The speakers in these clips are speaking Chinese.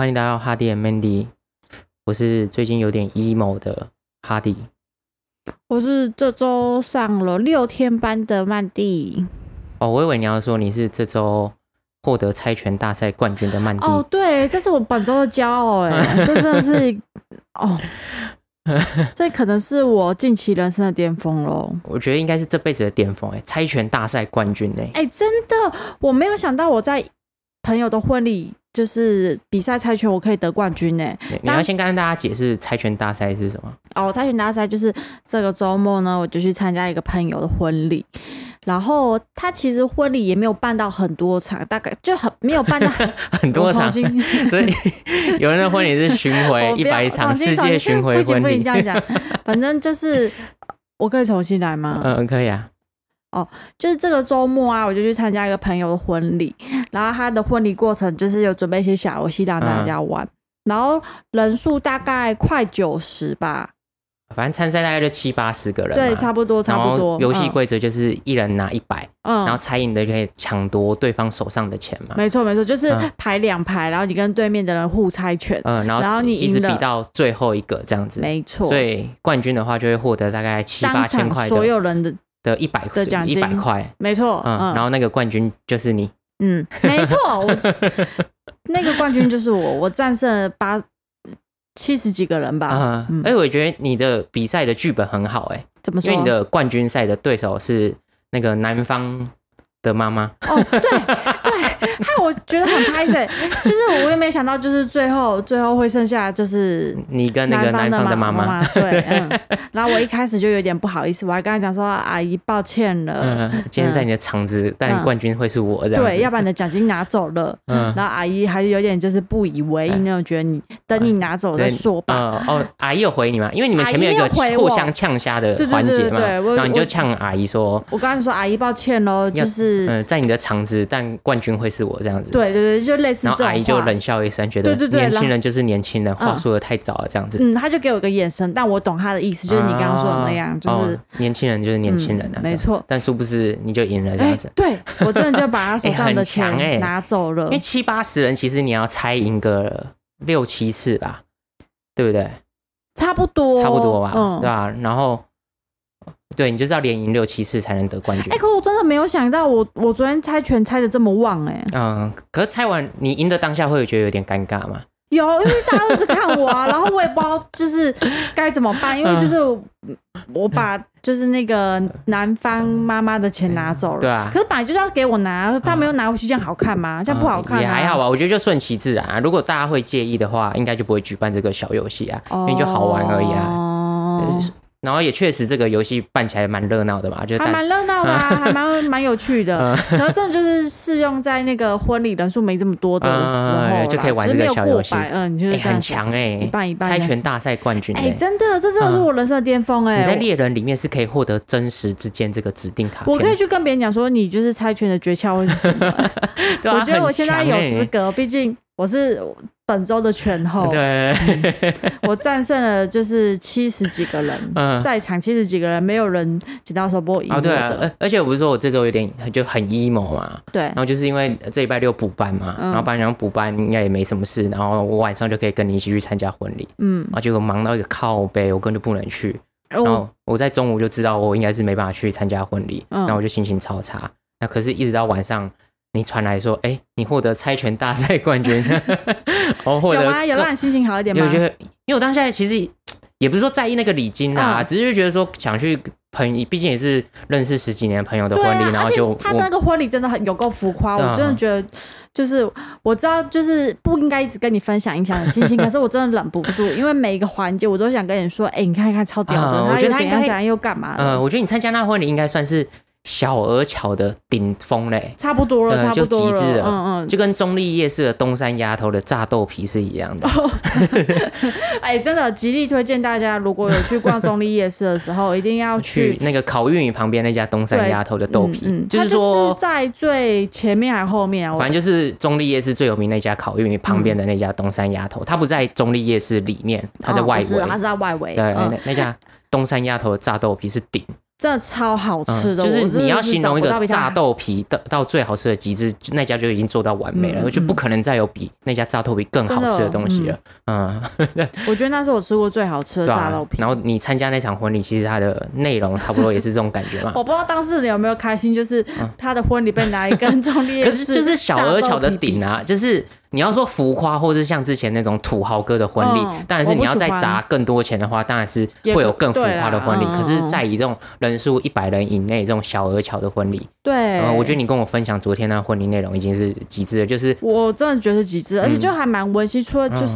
欢迎来到哈迪 and Mandy， 我是最近有点 emo 的哈迪。 我是这周上了6天班的曼蒂。 哦，我以为你要说你是这周获得猜拳大赛冠军的曼蒂。 哦，对，这是我本周的骄傲哎，这真的是哦，这可能是我近期人生的巅峰咯。 我觉得应该是这辈子的巅峰哎，猜拳大赛冠军哎。 哎，真的，我没有想到我在朋友的婚礼就是比赛猜拳，我可以得冠军哎。 你要先跟大家解释猜拳大赛是什么？ 哦，猜拳大赛就是这个周末呢，我就去参加一个朋友的婚礼。然后他其实婚礼也没有办到很多场，大概就没有办到很多场，所以有人的婚礼是巡回100场世界巡回婚礼。 不行这样讲，反正就是我可以重新来吗？ 可以啊。 哦，就是这个周末啊，我就去参加一个朋友的婚礼，然后他的婚礼过程就是有准备一些小游戏让大家玩，然后人数大概快90吧。 反正参赛大概就70-80个人嘛， 对，差不多。 然后游戏规则就是一人拿100，然后猜赢的就可以抢夺对方手上的钱嘛。 没错，就是排2排，然后你跟对面的人互猜拳，然后你一直比到最后一个这样子。 没错， 所以冠军的话就会获得大概7-8千块的所有人的100 的奖金 100块。 没错， 然后那个冠军就是你。 没错，那个冠军就是我战胜了70几个人吧。 而且我觉得你的比赛的剧本很好哎， 怎么说？ 因为你的冠军赛的对手是那个男方的妈妈。 哦，对，害我觉得很拍摄，就是我也没想到，就是最后会剩下就是你跟那个男方的妈妈。 对，然后我一开始就有点不好意思，我还跟他讲说：“阿姨，抱歉了， 今天在你的场子，但冠军会是我这样子。 对，要把你的奖金拿走了。”然后阿姨还是有点就是不以为意那种，觉得你等你拿走再说吧。 阿姨有回你吗？因为你们前面有一个互相呛虾的环节嘛，然后你就呛阿姨说：“ 我刚才说阿姨，抱歉咯，就是在你的场子，但冠军会是我这样子。” 对，就类似这种话。 然后阿姨就冷笑一声，觉得年轻人就是年轻人，话说的太早了这样子。 他就给我一个眼神，但我懂他的意思，就是你刚刚说的那样，就是年轻人就是年轻人啊， 没错。 但殊不知你就赢了这样子。 对，我真的就把他手上的钱拿走了。 因为70-80人，其实你要猜赢个6-7次吧，对不对？ 差不多吧，对吧？然后。对，你就是要连赢6-7次才能得冠军。 可我真的没有想到我昨天猜拳猜的这么旺可是猜完你赢的当下会觉得有点尴尬吗？ 有，因为大家都在看我啊，然后我也不知道就是该怎么办，因为就是我把就是那个男方妈妈的钱拿走了， 对啊， 可是本来就是要给我拿，他没有拿回去，这样好看吗？这样不好看也还好吧，我觉得就顺其自然啊。如果大家会介意的话，应该就不会举办这个小游戏啊，因为就好玩而已啊。然后也确实这个游戏办起来蛮热闹的嘛，就还蛮热闹的啊，还蛮有趣的。可是真的就是适用在那个婚礼人数没这么多的时候， 就可以玩这个小游戏。 你就是很强一半一半。 猜拳大赛冠军真的，这真的是我人生的巅峰你在猎人里面是可以获得真实之间这个指定卡片。 我可以去跟别人讲说，你就是猜拳的诀窍会是什么？我觉得我现在有资格，毕竟我是本周的拳后。 对， 我战胜了就是70几个人，在场70几个人，没有人剪刀手拨赢我的。 对啊，而且我不是说我这周有点就很 emo 嘛， 对， 然后就是因为这礼拜6补班嘛，然后班长补班应该也没什么事，然后我晚上就可以跟你一起去参加婚礼，然后结果忙到一个靠北，我根本就不能去，然后我在中午就知道我应该是没办法去参加婚礼，然后我就心情超差。那可是一直到晚上。你传来说，你获得猜拳大赛冠军， 有吗？有让你心情好一点吗？ 我觉得，因为我当下其实也不是说在意那个礼金啦，只是觉得说想去毕竟也是认识10几年朋友的婚礼，然后就他那个婚礼真的很有够浮夸，我真的觉得就是我知道就是不应该一直跟你分享影响的心情，可是我真的忍不住，因为每一个环节我都想跟你说，你看超屌的， 我觉得他怎样又干嘛了？ 我觉得你参加那婚礼应该算是。小而巧的顶峰嘞， 差不多了， 就极致了，就跟中立夜市的东山鸭头的炸豆皮是一样的。 真的极力推荐大家，如果有去逛中立夜市的时候，一定要去那个烤玉米旁边那家东山鸭头的豆皮， 就是说在最前面还是后面反正就是中立夜市最有名那家烤玉米旁边的那家东山鸭头，它不在中立夜市里面，它在外围， 它是在外围。 对，那家东山鸭头的炸豆皮是顶。 真的超好吃的， 就是你要形容一个炸炸豆皮到最好吃的极致，那家就已经做到完美了，就不可能再有比那家炸豆皮更好吃的东西了。 我觉得那是我吃过最好吃的炸豆皮。 然后你参加那场婚礼，其实它的内容差不多也是这种感觉嘛。 我不知道当事人有没有开心，就是他的婚礼被拿一根中烈可是就是小而巧的顶啊，就是你要说浮夸，或是像之前那种土豪哥的婚礼，当然是你要再砸更多钱的话，当然是会有更浮夸的婚礼。可是，在以这种人数100人以内这种小而巧的婚礼， 对， 我觉得你跟我分享昨天那婚礼内容已经是极致了，就是我真的觉得是极致，而且就还蛮温馨，除了就是，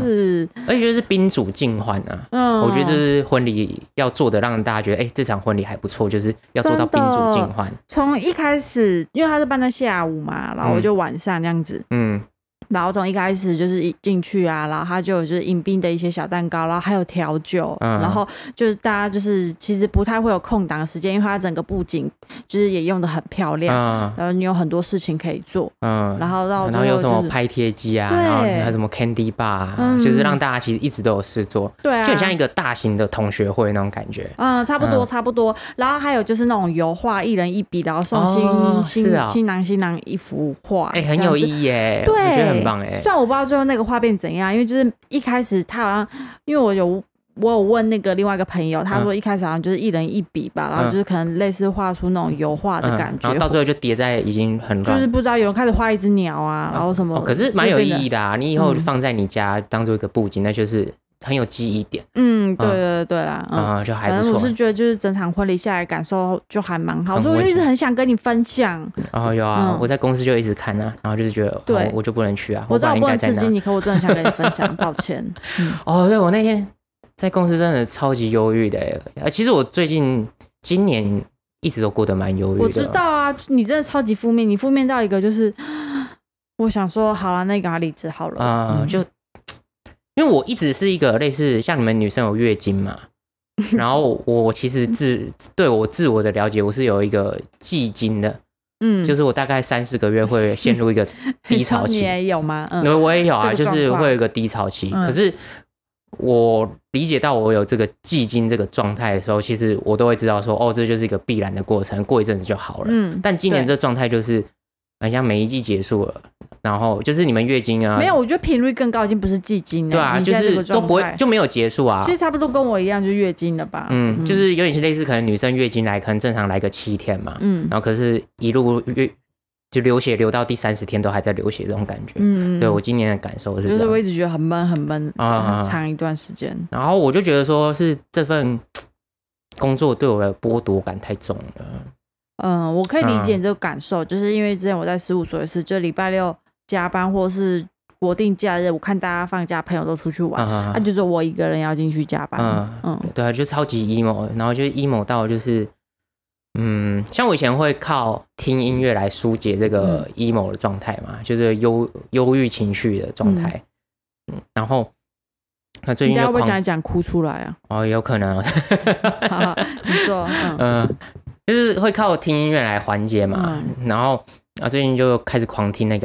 而且就是宾主尽欢啊，我觉得这是婚礼要做的，让大家觉得这场婚礼还不错，就是要做到宾主尽欢。 从一开始，因为他是办在下午嘛，然后我就晚上这样子，然后从一开始就是一进去啊，然后他就有就是迎宾的一些小蛋糕，然后还有调酒，然后就是大家就是其实不太会有空档的时间，因为他整个布景就是也用得很漂亮，然后你有很多事情可以做，然后到最后、就是、 有什么拍贴机啊，然后还有什么 candy bar 啊，就是让大家其实一直都有事做，对啊，就很像一个大型的同学会那种感觉，差不多，然后还有就是那种油画一人一笔，然后送新郎新娘一幅画， 很有意义耶，对，我觉得很棒耶。 虽然我不知道最后那个画变怎样，因为就是一开始他好像，因为我有问那个另外一个朋友，他说一开始好像就是一人一笔吧，然后就是可能类似画出那种油画的感觉， 然后到最后就叠在已经很乱， 就是不知道有人开始画一只鸟啊，然后什么， 可是蛮有意义的啊！你以后放在你家当做一个布景，那就是很有记忆点。 对啦， 就还不错。 反正我是觉得就是整场婚礼下来感受就还蛮好，所以我就一直很想跟你分享。 有啊，我在公司就一直看啊，然后就是觉得，对，我就不能去啊。 我知道我不能刺激你，可我真的想跟你分享，抱歉。 对，我那天在公司真的超级忧郁的。其实我今年一直都过得蛮忧郁的。 我知道啊，你真的超级负面，你负面到一个就是，我想说，好了，那个离职好了。 就因为我一直是一个类似像你们女生有月经嘛，然后我其实对我自我的了解，我是有一个季经的，就是我大概3-4个月会陷入一个低潮期。 你也有吗？ 我也有啊，就是会有一个低潮期。可是我理解到我有这个季经这个状态的时候，其实我都会知道说，这就是一个必然的过程，过一阵子就好了。但今年这状态就是很像每一季结束了。然后就是你们月经啊， 没有，我觉得频率更高，已经不是季经了。 对啊，就是都不会就没有结束啊。 其实差不多跟我一样，就是月经了吧。 就是有点类似，可能女生月经来，可能正常来个7天嘛。然后可是一路就流血流到第30天都还在流血这种感觉。对我今年的感受是这样， 就是我一直觉得很闷很闷很长一段时间。 然后我就觉得说是这份工作对我的剥夺感太重了。 我可以理解你这个感受，就是因为之前我在事务所也是，就礼拜六加班或是国定假日，我看大家放假，朋友都出去玩，就是我一个人要进去加班。 对啊，就超级 emo， 然后就 emo 到就是，像我以前会靠听音乐来疏解这个 emo 的状态嘛，就是忧郁情绪的状态。然后那最近就会不会讲一讲哭出来啊？ 有可能。 好，你说。 就是会靠听音乐来缓解嘛，然后最近就开始狂听那个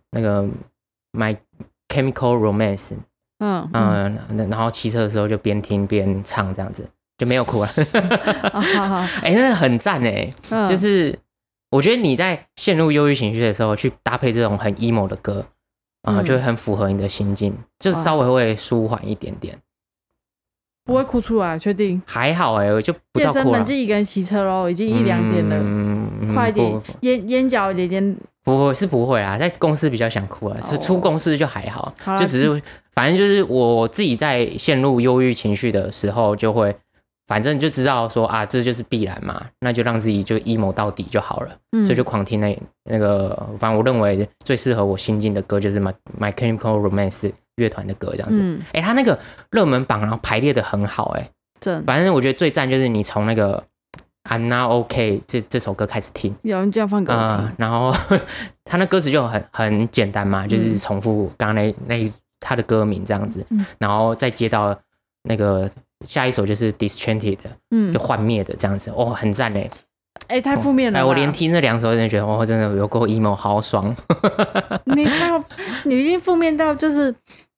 My Chemical Romance，然后骑车的时候就边听边唱这样子，就没有哭了。 好， 真的很赞哎，就是我觉得你在陷入忧郁情绪的时候，去搭配这种很 emo 的歌就会很符合你的心境，就稍微会舒缓一点点。 不会哭出来，确定？ 还好我就不到哭了。夜深人静一个人骑车咯，已经1-2点了，快点，眼角有点。 不会啦，在公司比较想哭啦，出公司就还好，就只是反正就是我自己在陷入忧郁情绪的时候，就会反正就知道说这就是必然嘛，那就让自己就 emo 到底就好了，所以就狂听那个，反正我认为最适合我心境的歌就是 My Chemical Romance 乐团的歌这样子。他那个热门榜然后排列的很好反正我觉得最赞就是你从那个I'm Not OK 这首歌开始听， 有人这样放给我听， 然后他那歌词就很简单嘛，就是重复刚刚那他的歌名这样子，然后再接到那个下一首就是 Disenchanted 就幻灭的这样子，很赞太负面了。 我连听这2首真的觉得真的有够 emo， 好爽。 你已经负面到就是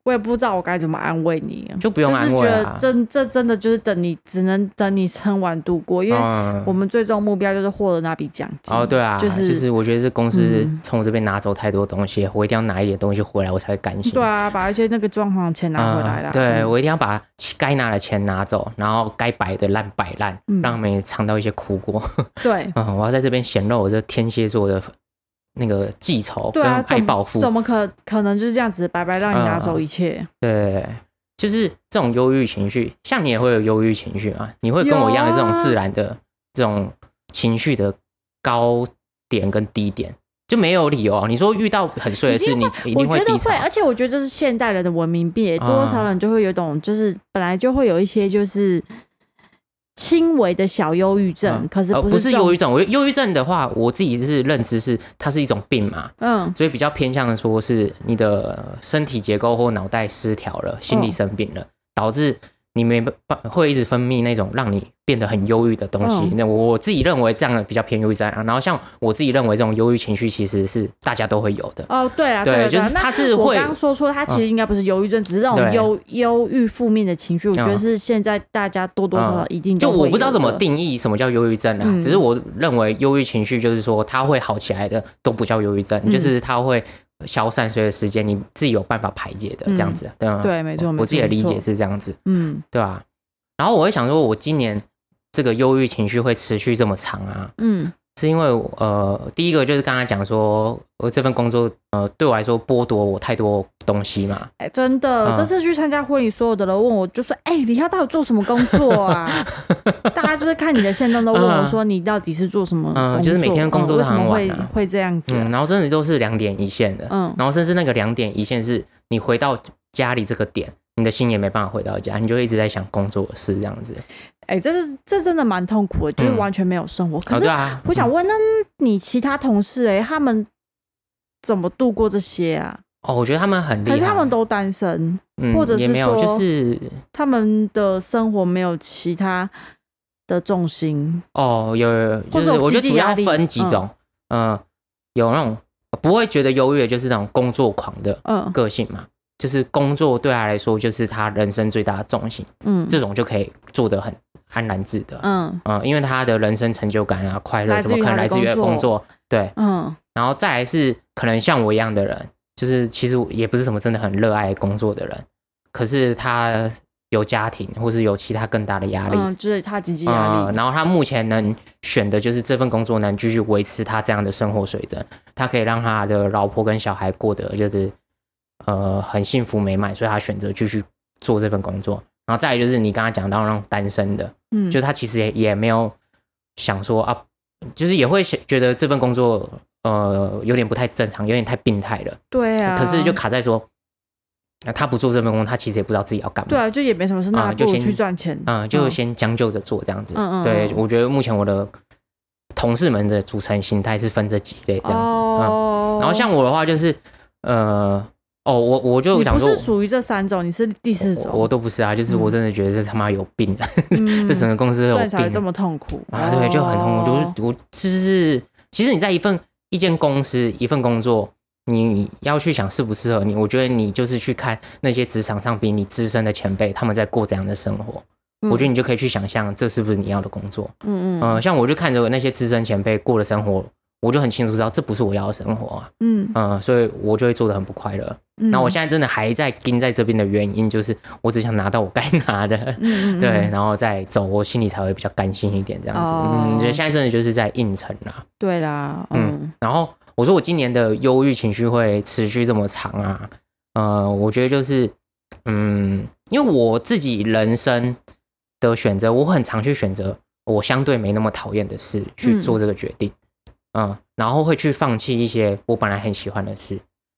我也不知道我该怎么安慰你， 就不用安慰啊。 就是觉得这真的就是只能等你撑完度过，因为我们最终目标就是获得那笔奖金。 对啊，就是我觉得这公司从我这边拿走太多东西，我一定要拿一点东西回来，我才会甘心。 对啊，把一些那个装潢钱拿回来啦。 对，我一定要把该拿的钱拿走，然后该摆的烂摆烂，让他们尝到一些苦果。 对， 我要在这边显露我这天蝎座的那个记仇跟爱报复。 怎么可能就是这样子白白让你拿走一切？ 对，就是这种忧郁情绪，像你也会有忧郁情绪啊？你会跟我一样的这种自然的这种情绪的高点跟低点，就没有理由啊。你说遇到很衰的事，你一定会低潮。 而且我觉得这是现代人的文明病，多少人就会有一种，就是本来就会有一些就是轻微的小忧郁症，可是不是忧郁症。忧郁症的话，我自己是认知是它是一种病嘛，所以比较偏向的说是你的身体结构或脑袋失调了，心理生病了，导致你没办法会一直分泌那种让你变得很忧郁的东西。那我自己认为这样的比较偏忧郁症然后像我自己认为这种忧郁情绪其实是大家都会有的。 对啊， 对，就是它是会。 我刚刚说它其实应该不是忧郁症，只是这种忧郁负面的情绪，我觉得是现在大家多多少少一定都会有的。 就我不知道怎么定义什么叫忧郁症啊，只是我认为忧郁情绪就是说它会好起来的都不叫忧郁症，就是它会消散随着时间，你自己有办法排解的这样子，对吗？ 对，没错， 我自己的理解是这样子，对吧？然后我会想说，我今年这个忧郁情绪会持续这么长啊，是因为第一个就是刚才讲说，我这份工作对我来说剥夺我太多东西嘛。 真的，这次去参加婚礼，所有的人问我就说：“李浩到底做什么工作啊？”大家就是看你的线动都问我说：“你到底是做什么工作？” 就是每天工作都很晚为什么会这样子？ 然后真的都是2点一线的，然后甚至那个2点一线是你回到家里这个点，你的心也没办法回到家，你就一直在想工作的事这样子。 这真的蛮痛苦的，就是完全没有生活。可是我想问，那你其他同事他们怎么度过这些啊？ 我觉得他们很厉害， 可是他们都单身，或者是说就是他们的生活没有其他的重心。 有，就是我觉得主要分几种，有那种不会觉得忧郁的，就是那种工作狂的个性嘛。就是工作对他来说就是他人生最大的重心，这种就可以做得很安然自得，因为他的人生成就感啊、快乐怎么可能来自于工作？对，然后再来是可能像我一样的人，就是其实也不是什么真的很热爱工作的人，可是他有家庭或是有其他更大的压力， 就是他经济压力， 然后他目前能选的就是这份工作能继续维持他这样的生活水准，他可以让他的老婆跟小孩过得就是很幸福美满，所以他选择继续做这份工作。然后再来就是你刚刚讲到那种单身的，就他其实也没有想说啊，就是也会觉得这份工作有点不太正常，有点太病态了。 对啊， 可是就卡在说，他不做这份工作，他其实也不知道自己要干嘛。 对啊，就也没什么事，那不如去赚钱。 就先将就着做这样子。对，我觉得目前我的同事们的组成形态是分这几类这样子。然后像我的话就是我就想说， 你不是属于这3种，你是第4种。 我都不是啊，就是我真的觉得这他妈有病，这整个公司有病， 才这么痛苦啊！对，就很痛苦。我就是其实你在一间公司一份工作，你要去想适不适合你，我觉得你就是去看那些职场上比你资深的前辈他们在过怎样的生活，我觉得你就可以去想象这是不是你要的工作。像我就看着那些资深前辈过的生活，我就很清楚知道这不是我要的生活啊。所以我就会做得很不快乐。那我现在真的还在盯在这边的原因，就是我只想拿到我该拿的，对，然后再走，我心里才会比较甘心一点这样子。觉得现在真的就是在硬撑啦。 对啦， 然后我说我今年的忧郁情绪会持续这么长啊，我觉得就是因为我自己人生的选择，我很常去选择我相对没那么讨厌的事去做这个决定。然后会去放弃一些我本来很喜欢的事，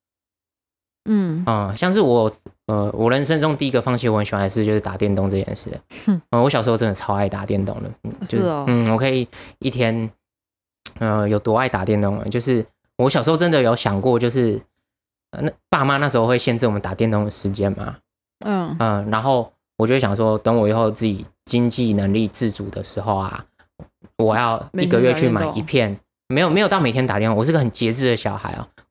像是我人生中第一个放弃我很喜欢的事就是打电动这件事。我小时候真的超爱打电动的， 是哦， 我可以一天有多爱打电动呢？就是我小时候真的有想过，就是那爸妈那时候会限制我们打电动的时间嘛，然后我就会想说，等我以后自己经济能力自主的时候啊，我要1个月去买一片。没有到每天打电话，我是个很节制的小孩啊。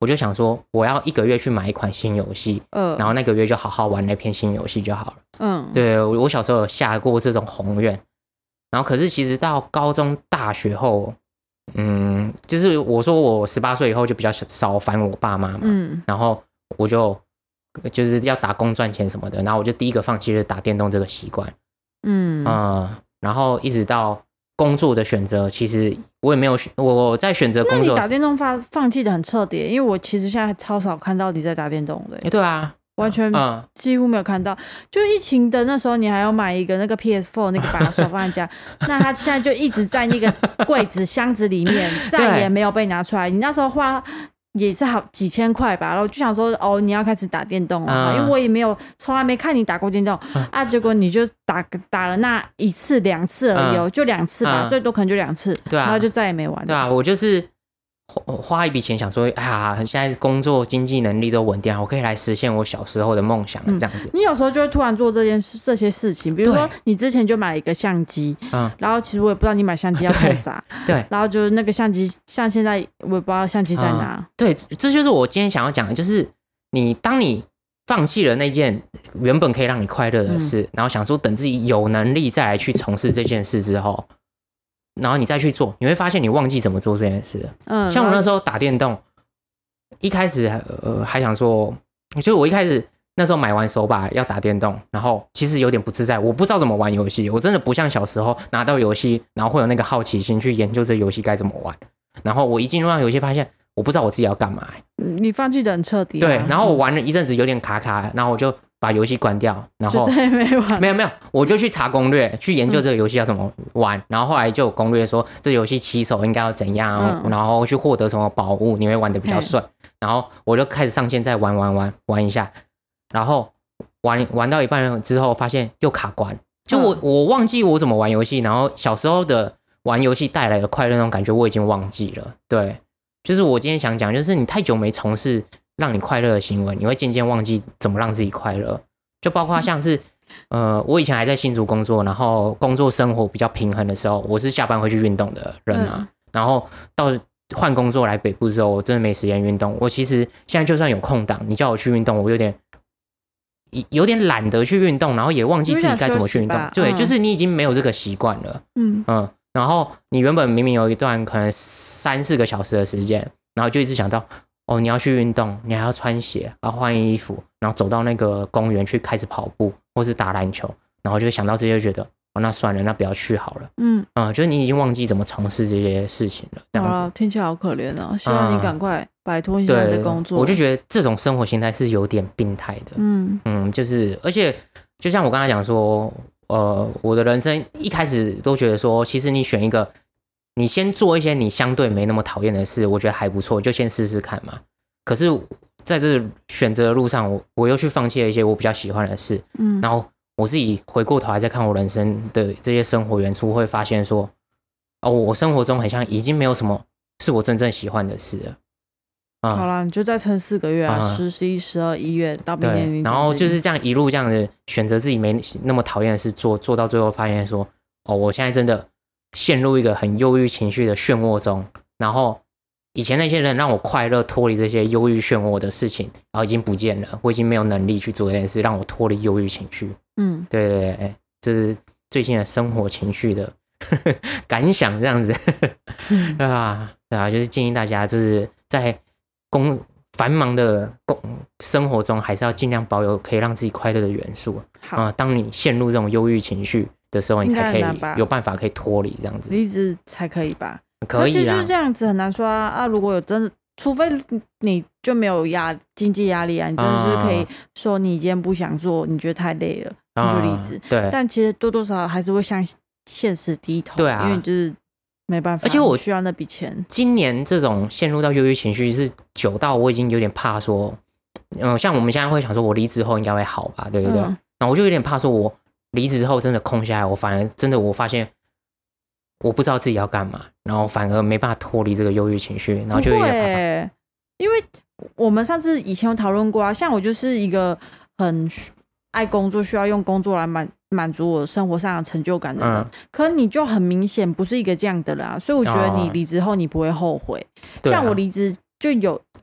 我就想说我要1个月去买一款新游戏，然后那个月就好好玩那篇新游戏就好了。对，我小时候有下过这种宏愿，然后可是其实到高中大学后，就是我说我18岁以后就比较少烦我爸妈嘛，然后我就是要打工赚钱什么的，然后我就第一个放弃了打电动这个习惯，然后一直到工作的选择，其实我也没有我在选择工作。 那你打电动放弃的很彻底，因为我其实现在超少看到你在打电动的。 对啊， 完全几乎没有看到。就疫情的那时候，你还要买一个那个 PS4 那个把手放在家，那他现在就一直在那个柜子箱子里面，再也没有被拿出来。你那时候花也是好几千块吧，然后就想说你要开始打电动了，因为我也从来没看你打过电动结果你就打了那1次2次而已就2次吧，最多可能就2次，然后就再也没玩。 对啊，我就是花一笔钱想说现在工作经济能力都稳定，我可以来实现我小时候的梦想这样子。 你有时候就会突然做这些事情，比如说你之前就买了一个相机，然后其实我也不知道你买相机要做啥， 对， 然后就是那个相机，像现在我也不知道相机在哪。 对，这就是我今天想要讲的，就是当你放弃了那件原本可以让你快乐的事，然后想说等自己有能力再来去从事这件事之后，然后你再去做，你会发现你忘记怎么做这件事了。像我那时候打电动，一开始还想说，就我一开始那时候买完手把要打电动，然后其实有点不自在，我不知道怎么玩游戏，我真的不像小时候拿到游戏，然后会有那个好奇心去研究这游戏该怎么玩。然后我一进入到游戏，发现我不知道我自己要干嘛。 你放弃的很彻底。 对，然后我玩了一阵子有点卡，然后我就把游戏关掉，然后就再也没玩。 没有，我就去查攻略，去研究这个游戏要怎么玩，然后后来就有攻略说这游戏起手应该要怎样，然后去获得什么宝物，你会玩得比较顺。然后我就开始上线再玩一下，然后玩到一半之后发现又卡关，就我忘记我怎么玩游戏，然后小时候的玩游戏带来的快乐那种感觉我已经忘记了。对，就是我今天想讲，就是你太久没从事让你快乐的行为，你会渐渐忘记怎么让自己快乐。就包括像是我以前还在新竹工作，然后工作生活比较平衡的时候，我是下班会去运动的人啊。然后到换工作来北部之后，我真的没时间运动。我其实现在就算有空档，你叫我去运动，我有点懒得去运动，然后也忘记自己该怎么去运动。对，就是你已经没有这个习惯了。然后你原本明明有一段可能3-4个小时的时间，然后就一直想到你要去运动，你还要穿鞋，然后换衣服，然后走到那个公园去开始跑步或是打篮球，然后就想到这些，就觉得那算了，那不要去好了。就是你已经忘记怎么从事这些事情了。 好了，听起来好可怜哦，希望你赶快摆脱现在的工作。 我就觉得这种生活形态是有点病态的。就是而且就像我刚才讲说，我的人生一开始都觉得说，其实你选一个，你先做一些你相对没那么讨厌的事，我觉得还不错，就先试试看嘛。可是在这个选择的路上，我又去放弃了一些我比较喜欢的事。然后我自己回过头来再看我人生的这些生活元素，会发现说，我生活中好像已经没有什么是我真正喜欢的事了。 好啦，你就再撑4个月啊，10、11、12、1月到明年。 然后就是这样一路这样的选择自己没那么讨厌的事做到最后，发现说，我现在真的陷入一个很忧郁情绪的漩涡中。然后以前那些人让我快乐脱离这些忧郁漩涡的事情，然后已经不见了，我已经没有能力去做这件事，让我脱离忧郁情绪。对，这是最近的生活情绪的感想，这样子。对啊，就是建议大家就是在繁忙的生活中，还是要尽量保有可以让自己快乐的元素。当你陷入这种忧郁情绪的时候，你才可以有办法可以脱离这样子。 离职才可以吧？ 可以啦， 其实就是这样子，很难说啊。如果有真的，除非你就没有经济压力啊，你真的是可以说你今天不想做，你觉得太累了，你就离职。 对， 但其实多多少少还是会向现实低头。 对啊， 因为你就是没办法， 而且我需要那笔钱。 今年这种陷入到忧郁情绪是久到我已经有点怕说，像我们现在会想说，我离职后应该会好吧，对不对？那我就有点怕说，我离职后真的空下来，我反而真的我发现我不知道自己要干嘛，然后反而没办法脱离这个忧郁情绪，然后就有点怕。 因为我们上次以前有讨论过啊，像我就是一个很爱工作，需要用工作来满足我生活上的成就感的人，可你就很明显不是一个这样的人啊，所以我觉得你离职后你不会后悔。像我离职就有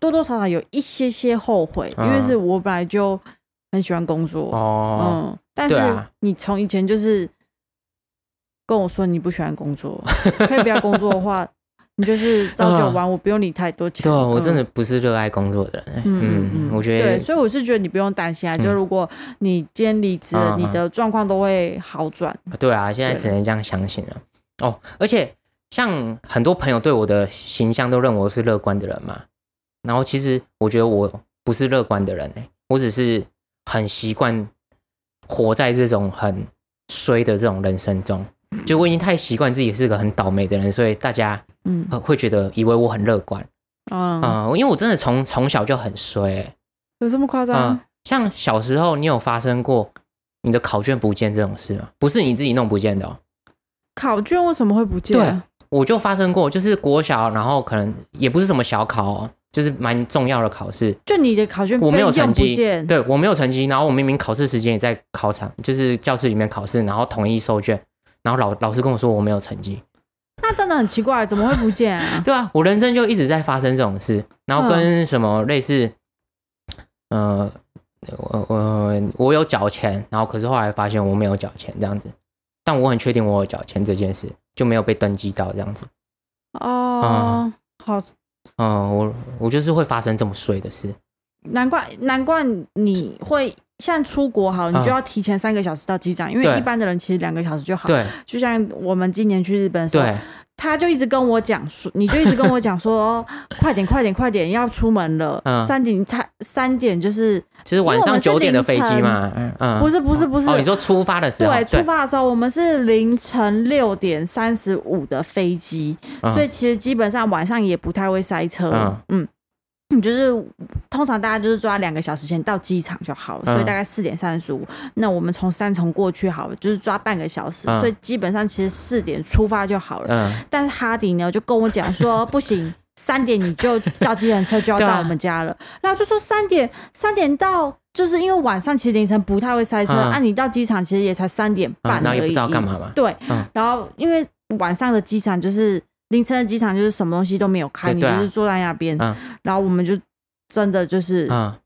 多多少少有一些后悔，因为是我本来就很喜欢工作但是你从以前就是跟我说你不喜欢工作，可以不要工作的话，你就是朝九晚五，我不用理太多钱。 对我真的不是热爱工作的人。我觉得对，所以我是觉得你不用担心啊，就如果你今天离职了，你的状况都会好转。 对啊，现在只能这样相信了。而且像很多朋友对我的形象都认为我是乐观的人嘛，然后其实我觉得我不是乐观的人我只是很习惯活在这种很衰的这种人生中，就我已经太习惯自己是个很倒霉的人，所以大家会觉得以为我很乐观因为我真的从小就很衰有这么夸张？ 像小时候你有发生过你的考卷不见这种事吗？不是你自己弄不见的考卷为什么会不见？ 对，我就发生过，就是国小，然后可能也不是什么小考就是蛮重要的考试， 就你的考卷我没有成绩， 对， 我没有成绩，然后我明明考试时间也在考场，就是教室里面考试，然后统一收卷，然后老师跟我说我没有成绩， 那真的很奇怪，怎么会不见啊？ 对啊，我人生就一直在发生这种事，然后跟什么类似，我有缴钱，然后可是后来发现我没有缴钱这样子，但我很确定我有缴钱这件事，就没有被登记到这样子。 好。 我就是会发生这么衰的事， 难怪你会像出国好了，你就要提前3个小时到机场，因为一般的人其实2个小时就好。对，就像我们今年去日本的时候，他就一直跟我讲说，你就一直跟我讲说，快点要出门了，3点就是晚上9点的飞机嘛， 不是， 你说出发的时候， 对，出发的时候我们是凌晨6点35的飞机，所以其实基本上晚上也不太会塞车，就是通常大家就是抓2个小时前到机场就好了，所以大概4点35，那我们从3重过去好了，就是抓半个小时，所以基本上其实4点出发就好了。但是哈迪呢就跟我讲说不行，3点你就叫计程车就要到我们家了，然后就说3点到，就是因为晚上其实凌晨不太会塞车，你到机场其实也才3点半而已， 然后也不知道干嘛嘛。 对，然后因为晚上的机场就是凌晨的机场，就是什么东西都没有开，你就是坐在那边，然后我们就真的就是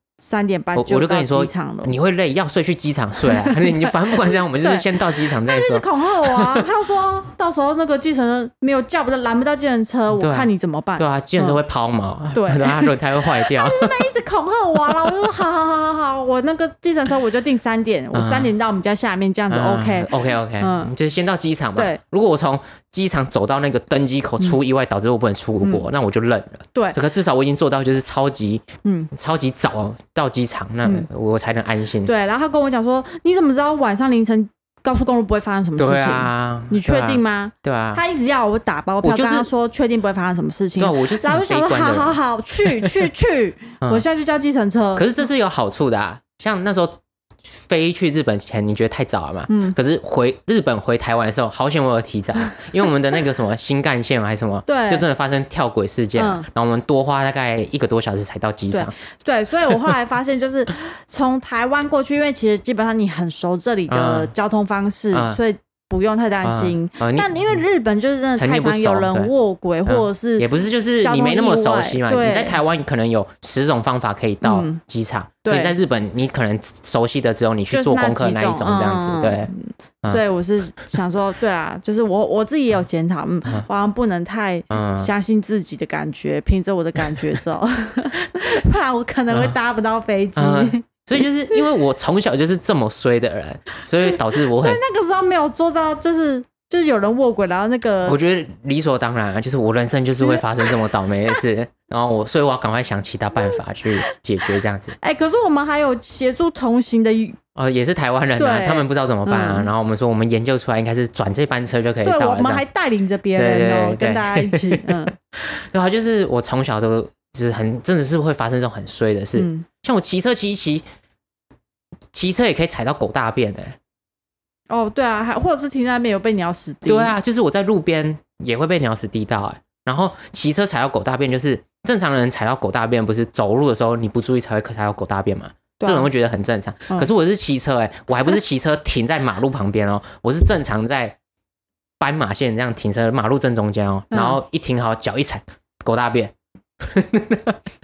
3点半就到机场了。 你会累，要睡去机场睡你反正不管这样，我们就是先到机场再说。 他一直恐吓我啊，他说到时候那个计程车没有拦不到计程车，我看你怎么办。 对啊，计程车会抛锚，对，然后轮胎会坏掉。 他一直恐吓我然后我就说好，我那个计程车我就定3点，我3点到我们家下面这样子 OK， 就是先到机场嘛。对，如果我从机场走到那个登机口出意外导致我不能出国，那我就认了。对，可至少我已经做到就是超级早到机场，那我才能安心。 对，然后他跟我讲说，你怎么知道晚上凌晨高速公路不会发生什么事情？对啊，你确定吗？对啊，他一直要我打包票，跟他说确定不会发生什么事情。 对，我就是很悲观的人。 然后我就想说，好，去，我现在去叫计程车。 可是这是有好处的像那时候飞去日本前，你觉得太早了嘛？可是日本回台湾的时候，好险我有提早，因为我们的那个什么新干线还是什么，对，就真的发生跳轨事件，然后我们多花大概1个多小时才到机场。 对，所以我后来发现，就是从台湾过去，因为其实基本上你很熟这里的交通方式，所以不用太担心。但因为日本就是真的太常有人卧轨，或者是也不是，就是你没那么熟悉嘛。你在台湾可能有10种方法可以到机场。对，在日本你可能熟悉的只有你去做功课那一种这样子，对。 所以我是想说，对啊，就是我自己也有检讨，我好像不能太相信自己的感觉，凭着我的感觉走，不然我可能会搭不到飞机。 所以就是因为我从小就是这么衰的人，所以导致我所以那个时候没有做到，就是有人卧轨，然后那个我觉得理所当然就是我人生就是会发生这么倒霉的事，然后所以我要赶快想其他办法去解决这样子。 可是我们还有协助同行的也是台湾人他们不知道怎么办然后我们说我们研究出来应该是转这班车就可以到了。 对，我们还带领着别人跟大家一起对啊，就是我从小都就是真的是会发生这种很衰的事，像我骑车骑车也可以踩到狗大便对啊，或者是停在那边有被鸟屎滴。 对啊，就是我在路边也会被鸟屎滴到然后骑车踩到狗大便，就是正常人踩到狗大便不是走路的时候你不注意才会踩到狗大便嘛，这种人会觉得很正常。可是我是骑车我还不是骑车停在马路旁边我是正常在斑马线这样停车，马路正中间然后一停好脚一踩狗大便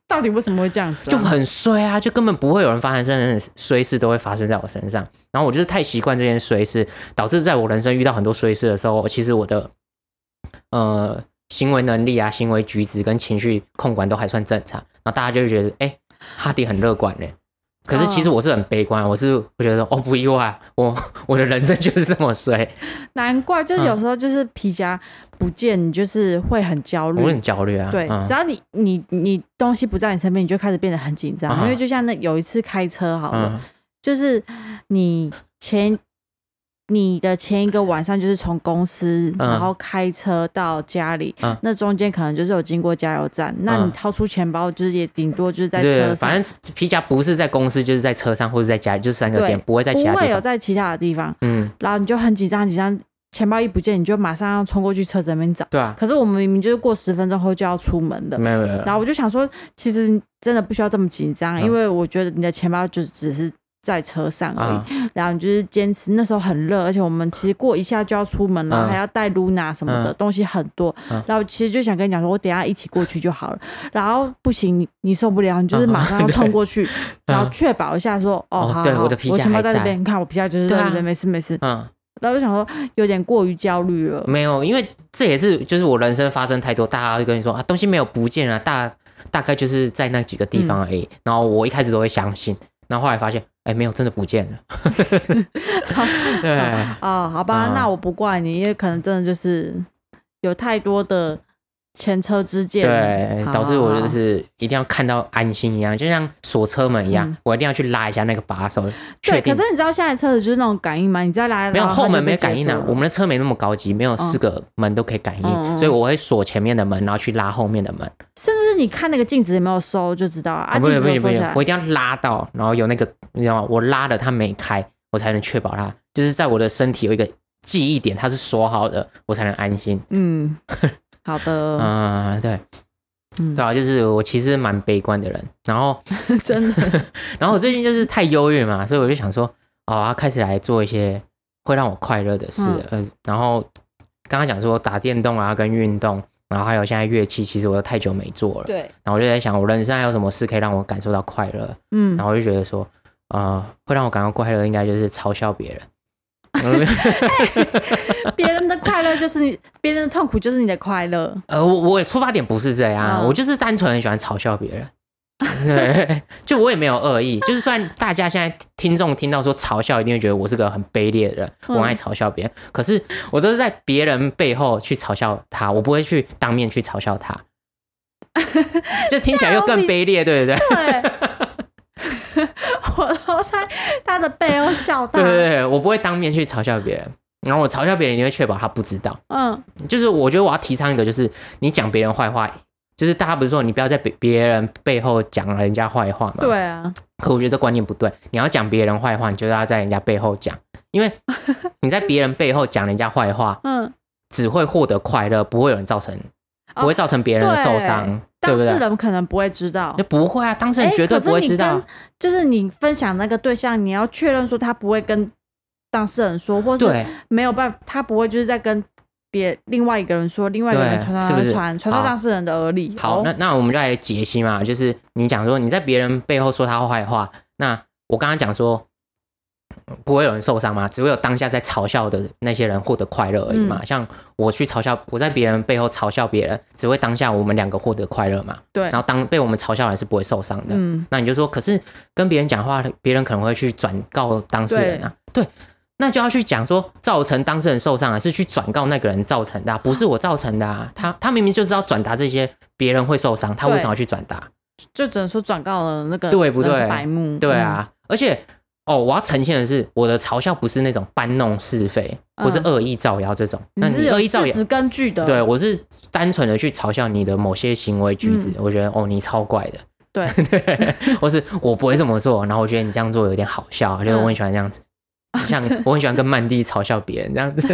到底为什么会这样子、 就很衰啊，就根本不会有人发生真的衰事都会发生在我身上。然后我就是太习惯这件衰事，导致在我人生遇到很多衰事的时候，其实我的行为能力啊、行为举止跟情绪控管都还算正常。然后大家就会觉得，哈迪很乐观嘞。可是其实我是很悲观，我觉得不意外，我的人生就是这么衰。 难怪，就是有时候就是皮夹不见，你就是会很焦虑。 我很焦虑啊。 对，只要你东西不在你身边，你就开始变得很紧张。因为就像有一次开车好了，就是你的前一个晚上就是从公司然后开车到家里，那中间可能就是有经过加油站，那你掏出钱包就是也顶多就是在车上， 反正皮夹不是在公司就是在车上或者在家里，就是3个点，不会在其他地方， 不会有在其他的地方。然后你就很紧张，钱包一不见，你就马上要冲过去车子那边找。 对啊。 可是我们明明就是过10分钟后就要出门了， 没有。 然后我就想说，其实真的不需要这么紧张，因为我觉得你的钱包就只是在车上而已，然后你就是坚持。那时候很热，而且我们其实过一下就要出门了，还要带 Luna 什么的，东西很多。然后其实就想跟你讲说，我等一下一起过去就好了。然后不行，你受不了，你就是马上要冲过去，然后确保一下说，好， 对，我的皮夹我钱包在这边，你看我皮夹就是在这边，没事。然后就想说有点过于焦虑了。 没有，因为这也是就是我人生发生太多，大家会跟你说东西没有不见啊，大概就是在那几个地方而已。然后我一开始都会相信，然后后来发现没有，真的不见了。 对好吧，那我不怪你，因为可能真的就是有太多的前车之鉴， 对，导致我就是一定要看到安心一样，就像锁车门一样，我一定要去拉一下那个把手。 对，可是你知道现在车子就是那种感应吗？你再拉没有后门没感应啊，我们的车没那么高级，没有4个门都可以感应，所以我会锁前面的门，然后去拉后面的门。 甚至你看那个镜子有没有收就知道了。镜子有收起来， 我一定要拉到，然后有那个你知道吗？我拉了它没开，我才能确保它就是在我的身体有一个记忆点，它是锁好的，我才能安心。 好的， 对，对啊，就是我其实蛮悲观的人，然后真的， 然后我最近就是太忧郁嘛，所以我就想说，要开始来做一些会让我快乐的事。然后刚刚讲说打电动啊，跟运动，然后还有现在乐器，其实我都太久没做了。 对， 然后我就在想，我人生还有什么事可以让我感受到快乐？然后我就觉得说，会让我感到快乐，应该就是嘲笑别人。 别人的快乐就是你，别人的痛苦就是你的快乐。 我出发点不是这样，我就是单纯很喜欢嘲笑别人。对，就我也没有恶意，就是虽然大家现在听众听到说嘲笑，一定会觉得我是个很卑劣的人，我很爱嘲笑别人，可是我都是在别人背后去嘲笑他，我不会去当面去嘲笑他，就听起来又更卑劣，对不对？ 对。我都在他的背后笑他。 对，我不会当面去嘲笑别人，然后我嘲笑别人，你会确保他不知道。就是我觉得我要提倡一个，就是你讲别人坏话，就是大家不是说你不要在别人背后讲人家坏话吗？ 对啊。 可我觉得这观念不对，你要讲别人坏话，你就要在人家背后讲，因为你在别人背后讲人家坏话，只会获得快乐，不会有人不会造成别人的受伤。 当事人可能不会知道， 不会啊，当事人绝对不会知道。 就是你分享那个对象，你要确认说他不会跟当事人说，或是没有办法，他不会就是在跟另外一个人说，另外一个人传到当事人的耳里。 好，那我们就来解析嘛，就是你讲说你在别人背后说他坏话，那我刚刚讲说不会有人受伤嘛，只会有当下在嘲笑的那些人获得快乐而已嘛。像我去嘲笑，我在别人背后嘲笑别人，只会当下我们2个获得快乐嘛。 对。 然后被我们嘲笑的人是不会受伤的。那你就说，可是跟别人讲话，别人可能会去转告当事人啊。对。那就要去讲说，造成当事人受伤是去转告那个人造成的，不是我造成的啊。他明明就知道转达这些别人会受伤，他为什么要去转达？ 就只能说转告了那个对不对？ 是白目。 对啊，而且。我要呈现的是我的嘲笑不是那种搬弄是非，不是恶意造谣这种。 你是有事实根据的。 对，我是单纯的去嘲笑你的某些行为举止，我觉得你超怪的。 对， 或是我不会这么做，然后我觉得你这样做有点好笑，就是我很喜欢这样子。像我很喜欢跟曼蒂嘲笑别人这样子。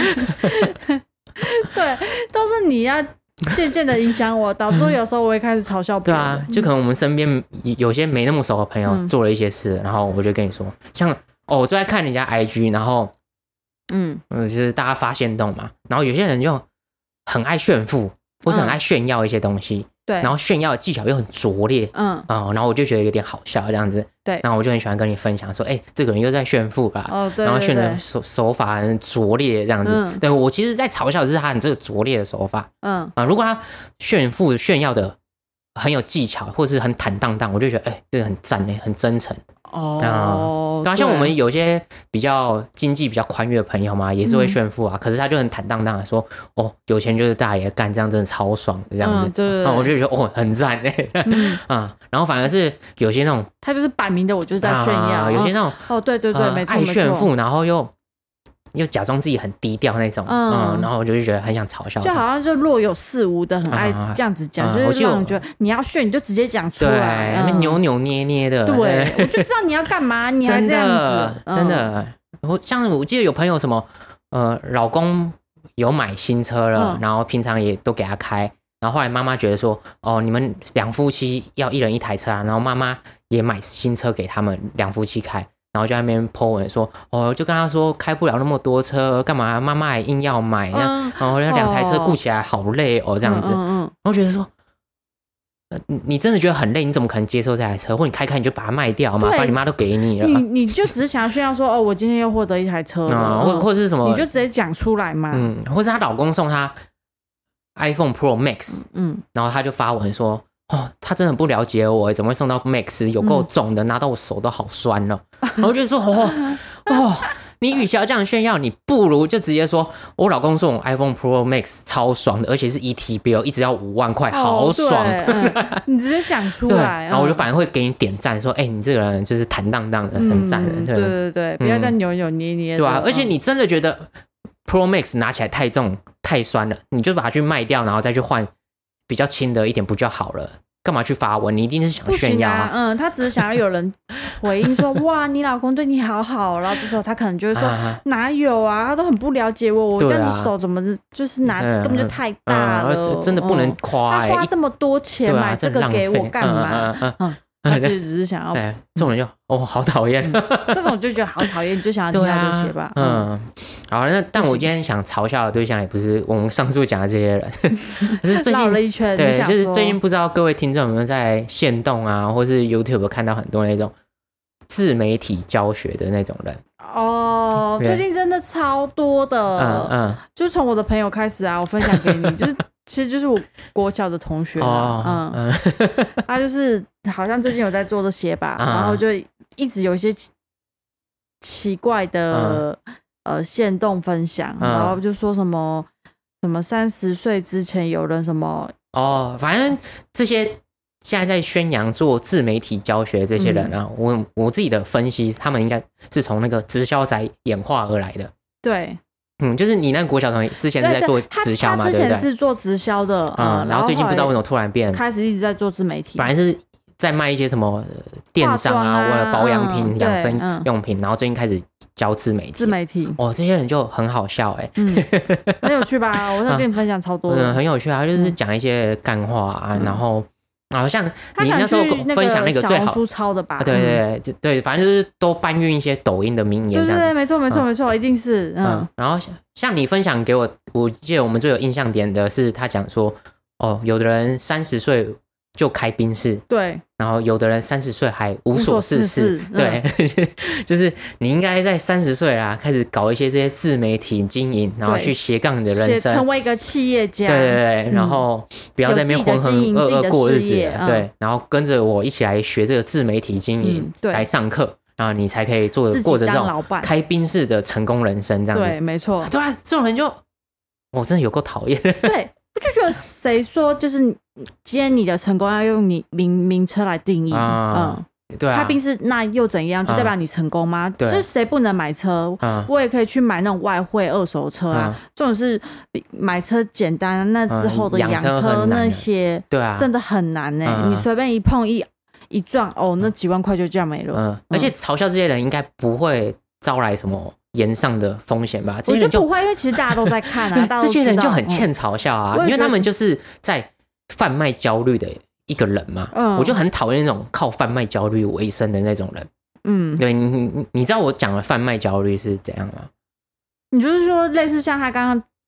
对，都是你要渐渐的影响我，导致有时候我会开始嘲笑别人。 对啊，就可能我们身边有些没那么熟的朋友做了一些事，然后我就跟你说，像我最爱看人家 IG， 然后就是大家发限动嘛，然后有些人就很爱炫富，或是很爱炫耀一些东西， 对， 然后炫耀的技巧又很拙劣，然后我就觉得有点好笑这样子， 对， 然后我就很喜欢跟你分享说，这个人又在炫富啦， 对， 然后炫的手法很拙劣这样子，对我其实在嘲笑的是他很这个拙劣的手法，如果他炫耀的很有技巧或是很坦荡荡，我就觉得这个很赞很真诚。像我们有些比较经济比较宽裕的朋友嘛，也是会炫富啊，可是他就很坦荡荡的说，有钱就是大爷，干这样真的超爽的这样子， 对， 我就觉得很赞然后反而是有些那种他就是摆明的我就是在炫耀， 有些那种对，没错， 爱炫富，然后又假装自己很低调那种，然后我就觉得很想嘲笑他， 就好像就若有似无的，很爱这样子讲，就是让人觉得你要炫你就直接讲出来， 对，扭扭捏捏的， 对，我就知道你要干嘛，你还这样子， 真的。像我记得有朋友什么，老公有买新车了，然后平常也都给他开，然后后来妈妈觉得说，你们两夫妻要一人一台车啊，然后妈妈也买新车给他们两夫妻开。然后就在那边 po 文说，就跟他说开不了那么多车，干嘛？妈妈还硬要买，然后两台车顾起来好累这样子。然后觉得说，你真的觉得很累，你怎么可能接受这台车？或你开你就把它卖掉嘛，反正你妈都给你了。 你就只是想要炫耀说，我今天又获得一台车了， 或者是什么， 你就直接讲出来嘛。 或是她老公送她 iPhone Pro Max，然后她就发文说。他真的不了解我，怎么会送到 Max 有够重的，拿到我手都好酸了。然后我就说，你与其要这样炫耀，你不如就直接说，我老公送我 iPhone Pro Max 超爽的，而且是 ET Bill，一直要5万块，好爽。 你直接讲出来， 然后我就反而会给你点赞，说，你这个人就是坦荡荡的，很赞的。 对，不要再扭扭捏捏的。 对啊，而且你真的觉得 Pro Max 拿起来太重太酸了，你就把它去卖掉，然后再去换。比较轻的一点不就好了？干嘛去发文？你一定是想炫耀啊！他只是想要有人回应说：“哇，你老公对你好好。”然后这时候他可能就会说：“哪有啊？他都很不了解我，我这样子手怎么就是拿根本就太大了， 真的不能夸。 他花这么多钱买这个给我干嘛？”他其实只是想要， 这种人就好讨厌， 这种就觉得好讨厌，你就想要听他这些吧。 好，但我今天想嘲笑的对象也不是我们上述讲的这些人，可是最近绕了一圈， 对，就是最近不知道各位听众有没有在限动啊，或是 YouTube 有看到很多那种自媒体教学的那种人。 最近真的超多的，就从我的朋友开始啊，我分享给你，其实就是我国小的同学他就是好像最近有在做这些吧，然后就一直有一些奇怪的限动分享，然后就说什么30岁之前有人什么反正这些现在在宣扬做自媒体教学这些人啊，我自己的分析，他们应该是从那个直销仔演化而来的。 对。 就是你那个国小同学之前是在做直销嘛，对不对？ 他之前是做直销的， 然后最近不知道为什么突然变， 开始一直在做自媒体。 本来是在卖一些什么电商啊，或者保养品、养生用品，然后最近开始教自媒体。这些人就很好笑很有趣吧？我想跟你分享超多的， 很有趣啊，就是讲一些干话啊，然后。好像你那时候分享那个最好书抄的吧？ 对，反正就是都搬运一些抖音的名言，这样子。 对，没错，一定是然后像你分享给我记得我们最有印象点的是他讲说，有的人30岁就开宾士， 对， 然后有的人30岁还无所事事，对，就是你应该在30岁啦开始搞一些这些自媒体经营，然后去斜杠你的人生， 成为一个企业家， 对，然後不要在那边浑浑噩噩过日子，对，然后跟着我一起来学这个自媒体经营，来上课，然后你才可以过着这种开宾士的成功人生，这样子， 对，没错， 对啊，这种人就真的有够讨厌， 对。我就觉得谁说就是今天你的成功要用你名车来定义对啊， 开宾士那又怎样？就代表你成功吗？就是谁不能买车？我也可以去买那种外汇2手车啊。这种是买车简单，那之后的养车那些，对啊，真的很难你随便一碰一撞，那几万块就这样没了。 而且嘲笑这些人应该不会招来什么延上的风险吧？ 我觉得不会，因为其实大家都在看啊， 这些人就很欠嘲笑啊，因为他们就是在贩卖焦虑的一个人嘛。我就很讨厌那种靠贩卖焦虑为生的那种人。对，你知道我讲的贩卖焦虑是怎样吗？ 你就是说类似像他刚刚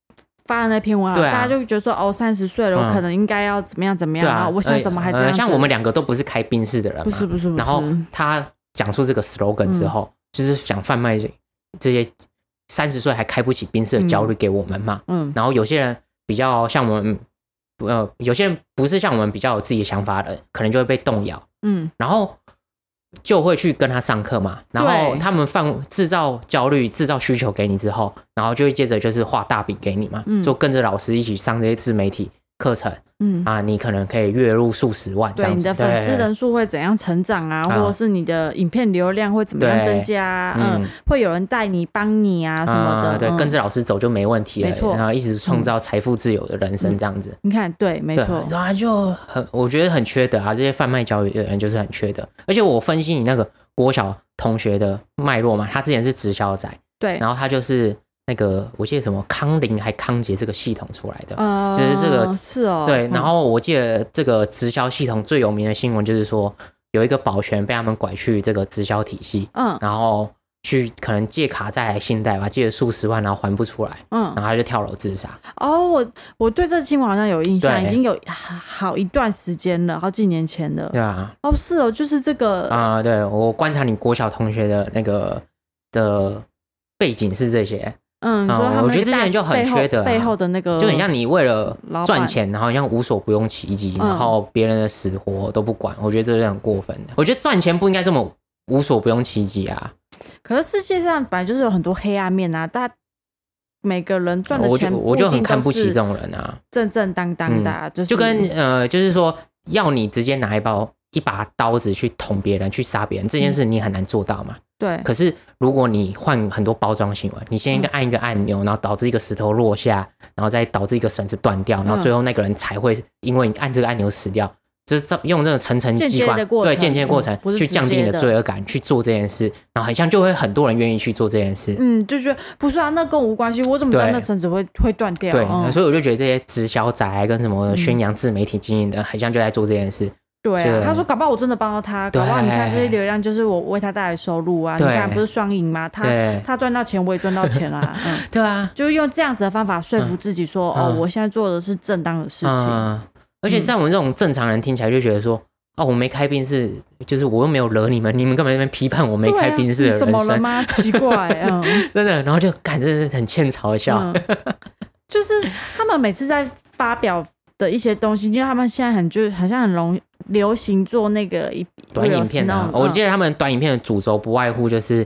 发的那篇文，大家就觉得说30岁了，我可能应该要怎么样怎么样，然后我现在怎么还这样子？ 像我们2个都不是开宾士的人嘛， 不是。 然后他讲出这个 slogan 之后，就是想贩卖这些30岁还开不起宾士的焦虑给我们嘛。然后有些人比较像我们，有些人不是像我们比较有自己的想法的，可能就会被动摇。然后就会去跟他上课嘛，然后他们制造焦虑、制造需求给你之后，然后就会接着就是画大饼给你嘛，就跟着老师一起上这些自媒体课程，你可能可以月入数十万这样子， 对，你的粉丝人数会怎样成长啊，或者是你的影片流量会怎么样增加会有人带你、帮你啊什么的， 对，跟着老师走就没问题了， 没错， 然后一直创造财富自由的人生这样子。 你看，对，没错， 然后就我觉得很缺德啊，这些贩卖焦虑的人就是很缺德，而且我分析你那个国小同学的脉络嘛，他之前是直销仔， 对， 然后他就是那个我记得什么康林还康杰这个系统出来的，就是这个是哦， 对，然后我记得这个直销系统最有名的新闻就是说有一个保全被他们拐去这个直销体系，然后去可能借卡债来信贷吧，借了数十万，然后还不出来，然后他就跳楼自杀。 我对这新闻好像有印象，已经有好一段时间了，好几年前了。 对啊， 是哦，就是这个对，我观察你国小同学的那个的背景是这些。我觉得之前就很缺德， 背后的那个就很像你为了赚钱，然后像无所不用其极，然后别人的死活都不管，我觉得这是很过分的。我觉得赚钱不应该这么无所不用其极啊。 可是世界上本来就是有很多黑暗面啊，大家每个人赚的钱我就很看不起这种人啊， 正正当当的， 就跟就是说要你直接拿一把刀子去捅别人、去杀别人这件事，你很难做到嘛。 对。 可是如果你换很多包装新闻，你先按一个按钮，然后导致一个石头落下，然后再导致一个绳子断掉，然后最后那个人才会因为你按这个按钮死掉，就是用这个层机关，对，间接的过程去降低你的罪恶感，去做这件事，然后很像就会很多人愿意去做这件事。 就觉得不是啊，那跟我无关系，我怎么知道那绳子会断掉？ 对，所以我就觉得这些直销仔跟什么宣扬自媒体经营的，很像就在做这件事。 对啊，他说搞不好我真的帮到他，搞不好你看这些流量就是我为他带来收入啊，你看不是双赢吗？他赚到钱，我也赚到钱啦。 对啊， 就是用这样子的方法说服自己说，我现在做的是正当的事情。 而且在我们这种正常人听起来就觉得说，我没开宾士，就是我又没有惹你们干嘛在那边批判我没开宾士的人生？ 怎么了吗？奇怪， 真的，然后就感觉很欠嘲笑。 就是他们每次在发表的一些东西，因为他们现在好像很流行做那个短影片啊，我记得他们短影片的主轴不外乎就是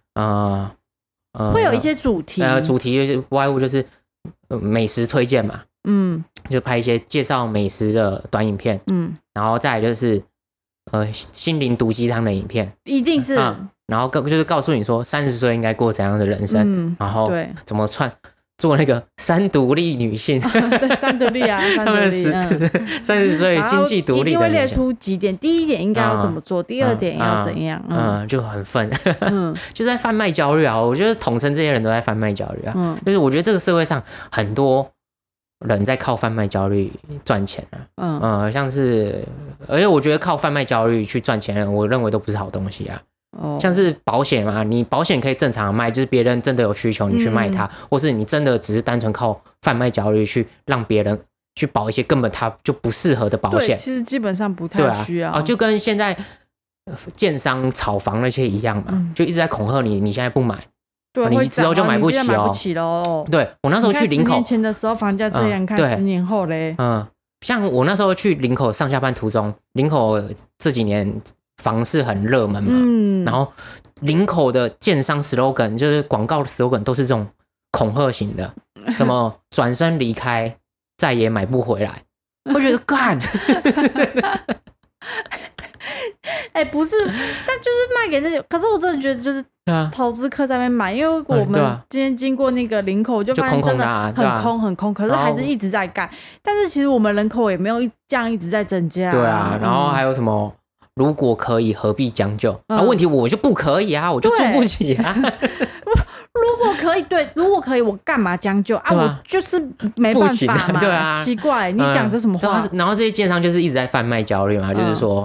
会有一些主题， 主题就是不外乎就是美食推荐嘛，就拍一些介绍美食的短影片，然后再来就是心灵毒鸡汤的影片， 一定是， 然后就是告诉你说30岁应该过怎样的人生，然后怎么做那个三独立女性， 对，三独立啊，三独立 ，30岁经济独立的女性，一定会列出几点，第一点应该要怎么做，第二点要怎样， 就很愤，就在贩卖焦虑啊！我觉得统称这些人都在贩卖焦虑啊，就是我觉得这个社会上很多人在靠贩卖焦虑赚钱啊，像是，而且我觉得靠贩卖焦虑去赚钱的人，我认为都不是好东西啊。像是保险嘛，你保险可以正常卖，就是别人真的有需求你去卖它，或是你真的只是单纯靠贩卖焦虑去让别人去保一些根本他就不适合的保险， 其实基本上不太需要。 就跟现在建商炒房那些一样嘛，就一直在恐吓你，你现在不买，你之后就买不起哦。 对，我那时候去林口 ，10年前的时候房价这样，看10年后嘞， 像我那时候去林口上下班途中，林口这几年房市很热门嘛，然后林口的建商 slogan 就是广告 slogan 都是这种恐吓型的，什么转身离开再也买不回来，我觉得干不是，但就是卖给那些，可是我真的觉得就是投资客在那边买，因为我们今天经过那个林口，我就发现真的很空，可是还是一直在盖，但是其实我们人口也没有这样一直在增加， 对啊，然后还有什么如果可以何必将就，问题我就不可以啊，我就住不起啊。 如果可以，对，如果可以，我干嘛将就啊？我就是没办法嘛，对啊，奇怪，你讲这什么话？ 然后这些建商就是一直在贩卖焦虑嘛，就是说，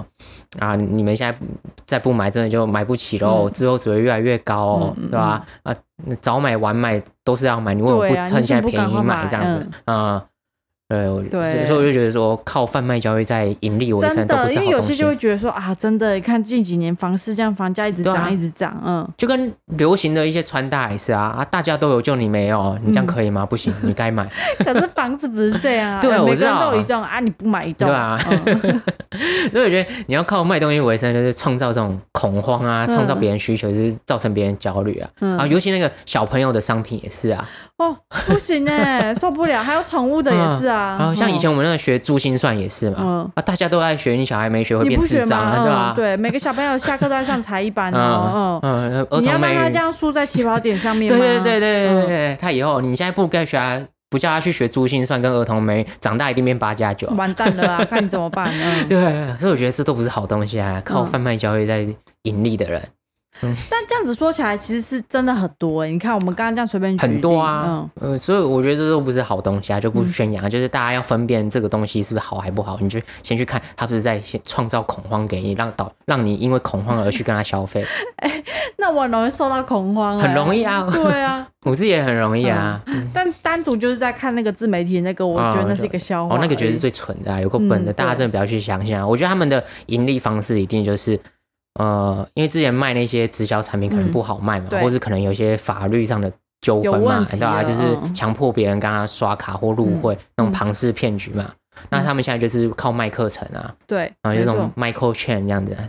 啊，你们现在再不买，真的就买不起喽，之后只会越来越高哦，对吧？啊，早买晚买都是要买，你为什么不趁现在便宜买这样子啊？对，所以我就觉得说，靠贩卖交易在盈利为生都不是好东西。 因为有些就会觉得说啊，真的，你看近几年房市这样，房价一直涨，一直涨， 就跟流行的一些穿搭也是啊，大家都有，就你没有，你这样可以吗？不行，你该买。 可是房子不是这样啊， 对， 每个人都有一栋啊，你不买一栋， 对啊。所以我觉得你要靠卖东西为生，就是创造这种恐慌啊，创造别人需求，就是造成别人焦虑啊。尤其那个小朋友的商品也是啊。 哦，不行哎，受不了。还有宠物的也是啊。 像以前我们那个学珠心算也是嘛，大家都爱学，你小孩没学会变智障了，对吧？ 对，每个小朋友下课都在上才艺班哦。你要让他这样输在起跑点上面吗？ 对，他以后你现在不该学他，不叫他去学珠心算跟儿童美，长大一定变8+9， 完蛋了啊！看你怎么办。 对，所以我觉得这都不是好东西啊，靠贩卖交易在盈利的人。 但这样子说起来，其实是真的很多你看，我们刚刚这样随便举例很多啊，所以我觉得这都不是好东西啊，就不宣扬。就是大家要分辨这个东西是不是好还不好，你就先去看他不是在创造恐慌给你，让你因为恐慌而去跟他消费。 那我很容易受到恐慌， 很容易啊。 对啊， 我自己也很容易啊。 但单独就是在看那个自媒体那个，我觉得那是一个笑话。 那个觉得是最蠢的，有够笨的，大家真的不要去相信啊。我觉得他们的盈利方式一定就是。因为之前卖那些直销产品可能不好卖嘛，或者可能有一些法律上的纠纷嘛，对吧？就是强迫别人跟他刷卡或入会那种庞氏骗局嘛。那他们现在就是靠卖课程啊， 对， 然后就那种 Michael Chen 这样子，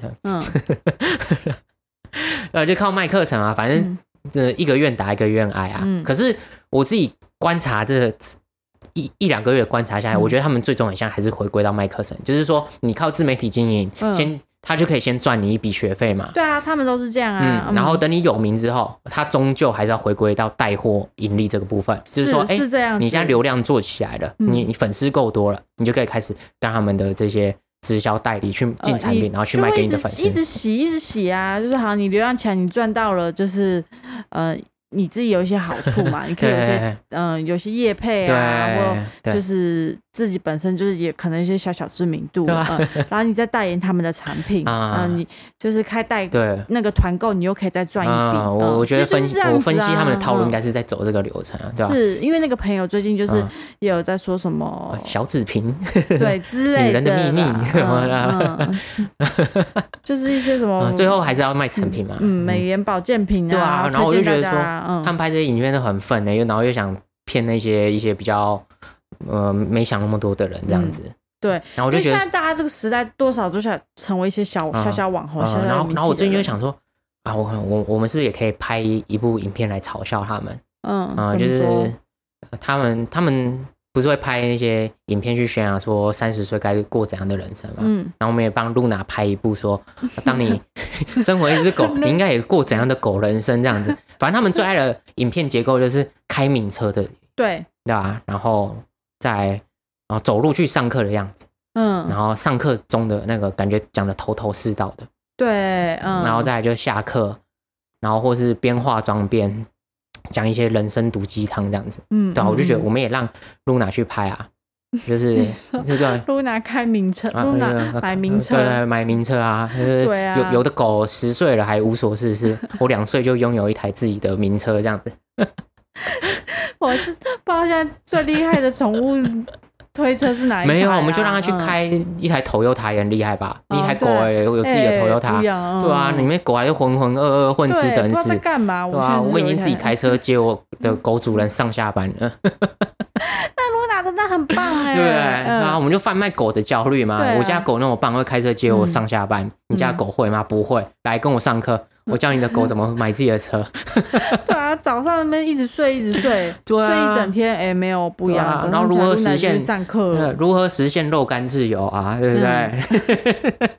就靠卖课程啊，反正这一个愿打一个愿挨啊。可是我自己观察这一两个月观察下来，我觉得他们最终很像还是回归到卖课程，就是说你靠自媒体经营，他就可以先赚你一笔学费嘛。 对啊，他们都是这样啊。 然后等你有名之后，他终究还是要回归到带货盈利这个部分，就是说， 是这样子。 你现在流量做起来了，你粉丝够多了，你就可以开始跟他们的这些直销代理去进产品，然后去卖给你的粉丝。 一直洗啊，就是好，你流量起来，你赚到了，就是你自己有一些好处嘛，你可以有些业配啊，或就是自己本身就是也可能一些小知名度，然后你再代言他们的产品，你就是开代那个团购，你又可以再赚一笔。 我觉得我分析他们的套路应该是在走这个流程啊，对吧？ 是因为那个朋友最近就是也有在说什么小紫瓶， 对之类的， 女人的秘密什么的， 就是一些什么， 最后还是要卖产品嘛， 美颜保健品啊， 对啊，然后我就觉得说。他们拍这些影片都很愤然后又想骗那些一些比较没想那么多的人这样子。 对， 然后我就觉得现在大家这个时代多少都想成为一些小网红， 然后我最近就想说啊，我们是不是也可以拍一部影片来嘲笑他们？就是他们不是会拍那些影片去宣扬说30岁该过怎样的人生嘛？然后我们也帮露娜拍一部说，当你生活一只狗，你应该也过怎样的狗人生这样子。反正他们最爱的影片结构就是开名车的， 对吧？然后走路去上课的样子，然后上课中的那个感觉讲的头头是道的， 对， 然后再来就下课，然后或是边化妆边讲一些人生毒鸡汤这样子，对啊，我就觉得我们也让露娜去拍啊，就是露娜开名车，露娜买名车， 对，买名车啊，就是有的狗10岁了还无所事事，我2岁就拥有一台自己的名车这样子。 我是不知道现在最厉害的宠物推车是哪一台？ 没有，我们就让他去开一台 Toyota 也很厉害吧？一台狗有自己的 Toyota，对啊，里面狗还是浑浑噩噩混吃等死， 在干嘛？ 对啊，我已经自己开车接我的狗主人上下班了。 那露娜真的很棒哎， 对，然后我们就贩卖狗的焦虑嘛。我家狗那么棒，会开车接我上下班。你家狗会吗？不会。来跟我上课，我教你的狗怎么买自己的车。 对啊，早上那边一直睡，睡一整天，没有不一样。 然后如何实现上课？ 如何实现肉干自由啊？对不对？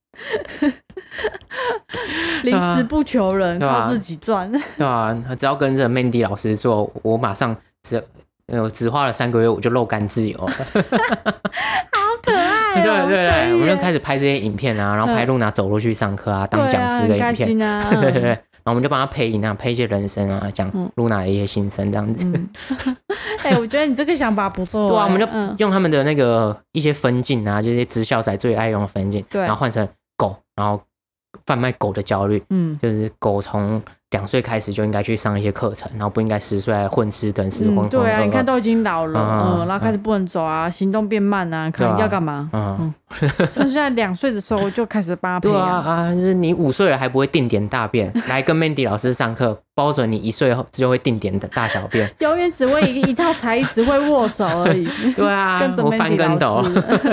临时不求人，靠自己赚。 对啊，只要跟着 Mandy 老师做，我马上只花了3个月，我就肉干自由。 好可爱哦！ 对，我们就开始拍这些影片啊，然后拍露娜走路去上课啊，当讲师的影片。对，然后我们就帮他配音啊，配一些人声啊，讲露娜的一些心声这样子。 我觉得你这个想法不错。 对啊，我们就用他们的那个一些分镜啊，这些直销仔最爱用的分镜，然后换成狗，然后贩卖狗的焦虑，就是狗从2岁开始就应该去上一些课程，然后不应该10岁还混吃等死，浑对啊，你看都已经老了，然后开始不能走啊，行动变慢啊，看要干嘛？趁现在2岁的时候就开始帮他培养。 对啊，就是你5岁了还不会定点大便，来跟 Mandy 老师上课，包准你1岁后就会定点的大小便。 永远只会一套才艺，只会握手而已。 对啊，我翻跟斗。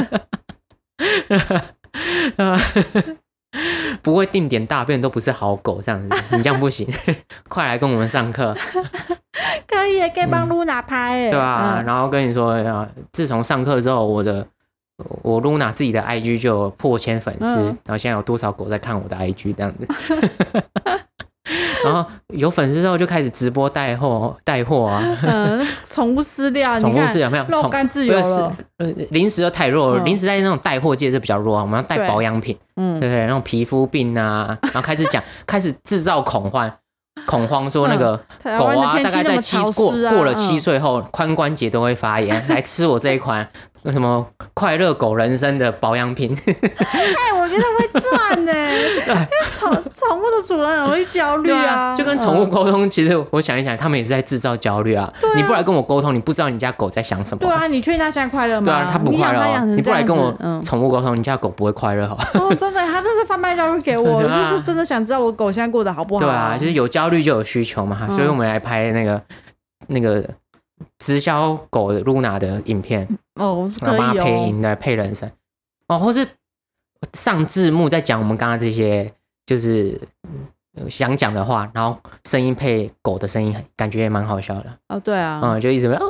不会定点大便都不是好狗，这样子你这样不行。快来跟我们上课。 可以可以帮露娜拍。 对啊，然后跟你说，自从上课之后，我露娜自己的 IG 就有破1000粉丝，然后现在有多少狗在看我的 IG 这样子。然后有粉丝之后就开始直播带货啊， 宠物饲料， 宠物饲料没有肉干自由了， 零食又太弱了，零食在那种带货界是比较弱，我们要带保养品，对不对？那种皮肤病啊，然后开始制造恐慌，说那个狗啊，大概在过了7岁后，髋关节都会发炎，来吃我这一款什么快乐狗人参的保养品。 我觉得会赚呢，因为宠物的主人很会焦虑啊。 就跟宠物沟通，其实我想一想，他们也是在制造焦虑啊。你不来跟我沟通，你不知道你家狗在想什么。 对啊，你确定它现在快乐吗？ 对啊，它不快乐。你不来跟我宠物沟通，你家狗不会快乐。 真的，它真的贩卖焦虑给我，我就是真的想知道我狗现在过得好不好。 对啊，就是有焦虑就有需求嘛，所以我们来拍那个直销狗的 Luna 的影片， 然后帮它配音来配人声或是上字幕在讲我们刚刚这些就是想讲的话，然后声音配狗的声音，感觉也蛮好笑的。 对啊， 就一直